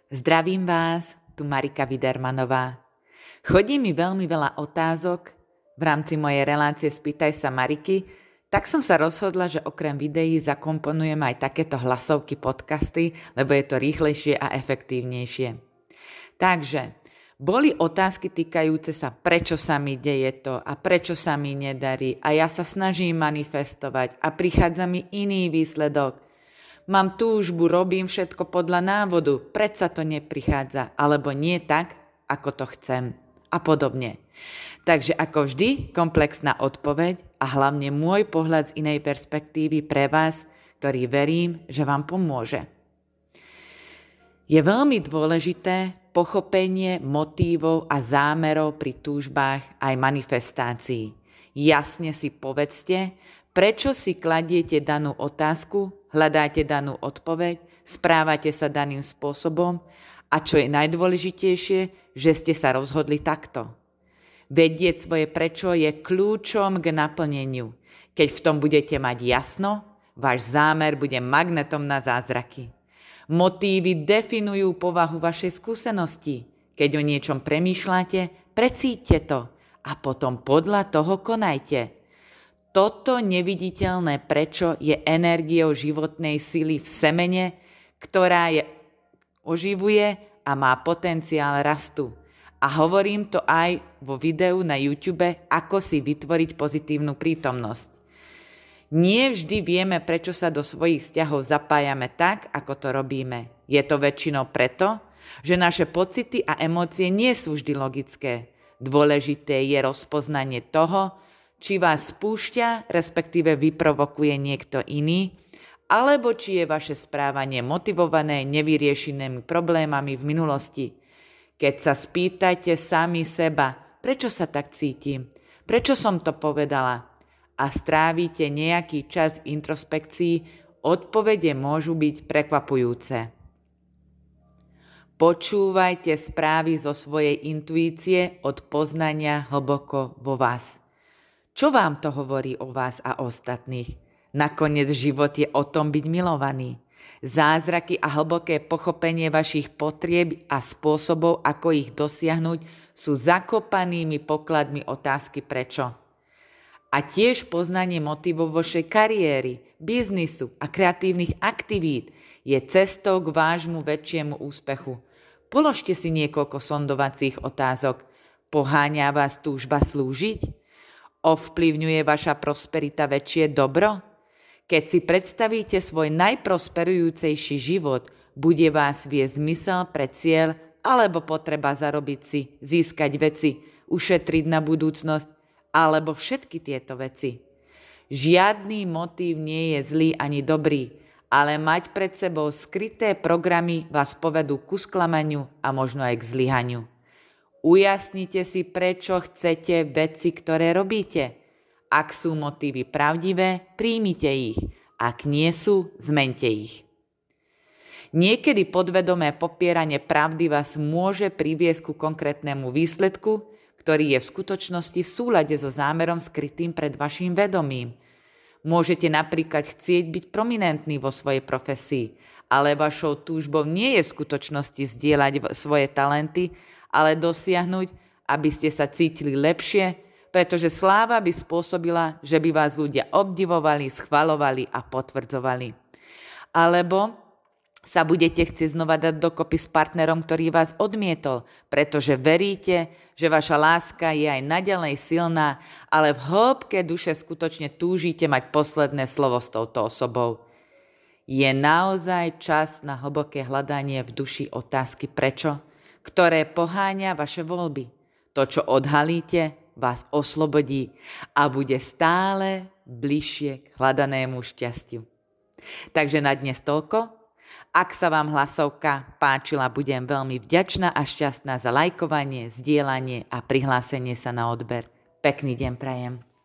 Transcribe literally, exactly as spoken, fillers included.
Zdravím vás, tu Marika Widermanová. Chodí mi veľmi veľa otázok v rámci mojej relácie Spýtaj sa Mariky, tak som sa rozhodla, že okrem videí zakomponujem aj takéto hlasovky podcasty, lebo je to rýchlejšie a efektívnejšie. Takže, boli otázky týkajúce sa, prečo sa mi deje to a prečo sa mi nedarí a ja sa snažím manifestovať a prichádza mi iný výsledok. Mám túžbu, robím všetko podľa návodu, predsa to neprichádza, alebo nie tak, ako to chcem a podobne. Takže ako vždy, komplexná odpoveď a hlavne môj pohľad z inej perspektívy pre vás, ktorý verím, že vám pomôže. Je veľmi dôležité pochopenie motívov a zámerov pri túžbách aj manifestácií. Jasne si povedzte, prečo si kladiete danú otázku, hľadáte danú odpoveď, správate sa daným spôsobom a čo je najdôležitejšie, že ste sa rozhodli takto. Vedieť svoje prečo je kľúčom k naplneniu. Keď v tom budete mať jasno, váš zámer bude magnetom na zázraky. Motívy definujú povahu vašej skúsenosti. Keď o niečom premýšľate, precíťte to a potom podľa toho konajte. Toto neviditeľné prečo je energiou životnej sily v semene, ktorá je oživuje a má potenciál rastu. A hovorím to aj vo videu na YouTube, ako si vytvoriť pozitívnu prítomnosť. Nie vždy vieme, prečo sa do svojich vzťahov zapájame tak, ako to robíme. Je to väčšinou preto, že naše pocity a emócie nie sú vždy logické. Dôležité je rozpoznanie toho, či vás spúšťa, respektíve vyprovokuje niekto iný, alebo či je vaše správanie motivované nevyriešenými problémami v minulosti. Keď sa spýtate sami seba, prečo sa tak cítim, prečo som to povedala a strávite nejaký čas v introspekcii, odpovede môžu byť prekvapujúce. Počúvajte správy zo svojej intuície od poznania hlboko vo vás. Čo vám to hovorí o vás a ostatných? Nakoniec život je o tom byť milovaný. Zázraky a hlboké pochopenie vašich potrieb a spôsobov, ako ich dosiahnuť, sú zakopanými pokladmi otázky prečo. A tiež poznanie motivov vašej kariéry, biznisu a kreatívnych aktivít je cestou k vášmu väčšiemu úspechu. Položte si niekoľko sondovacích otázok. Poháňa vás túžba slúžiť? Ovplyvňuje vaša prosperita väčšie dobro? Keď si predstavíte svoj najprosperujúcejší život, bude vás viesť zmysel pre cieľ alebo potreba zarobiť si, získať veci, ušetriť na budúcnosť alebo všetky tieto veci. Žiadny motív nie je zlý ani dobrý, ale mať pred sebou skryté programy vás povedú ku sklamaniu a možno aj k zlyhaniu. Ujasnite si, prečo chcete veci, ktoré robíte. Ak sú motívy pravdivé, príjmite ich. Ak nie sú, zmente ich. Niekedy podvedomé popieranie pravdy vás môže priviesť ku konkrétnemu výsledku, ktorý je v skutočnosti v súlade so zámerom skrytým pred vašim vedomím. Môžete napríklad chcieť byť prominentný vo svojej profesii, ale vašou túžbou nie je v skutočnosti zdieľať svoje talenty, ale dosiahnuť, aby ste sa cítili lepšie, pretože sláva by spôsobila, že by vás ľudia obdivovali, schvaľovali a potvrdzovali. Alebo sa budete chcieť znova dať dokopy s partnerom, ktorý vás odmietol, pretože veríte, že vaša láska je aj naďalej silná, ale v hĺbke duše skutočne túžite mať posledné slovo s touto osobou. Je naozaj čas na hlboké hľadanie v duši otázky prečo, ktoré poháňa vaše voľby. To, čo odhalíte, vás oslobodí a bude stále bližšie k hľadanému šťastiu. Takže na dnes toľko. Ak sa vám hlasovka páčila, budem veľmi vďačná a šťastná za lajkovanie, zdieľanie a prihlásenie sa na odber. Pekný deň prajem.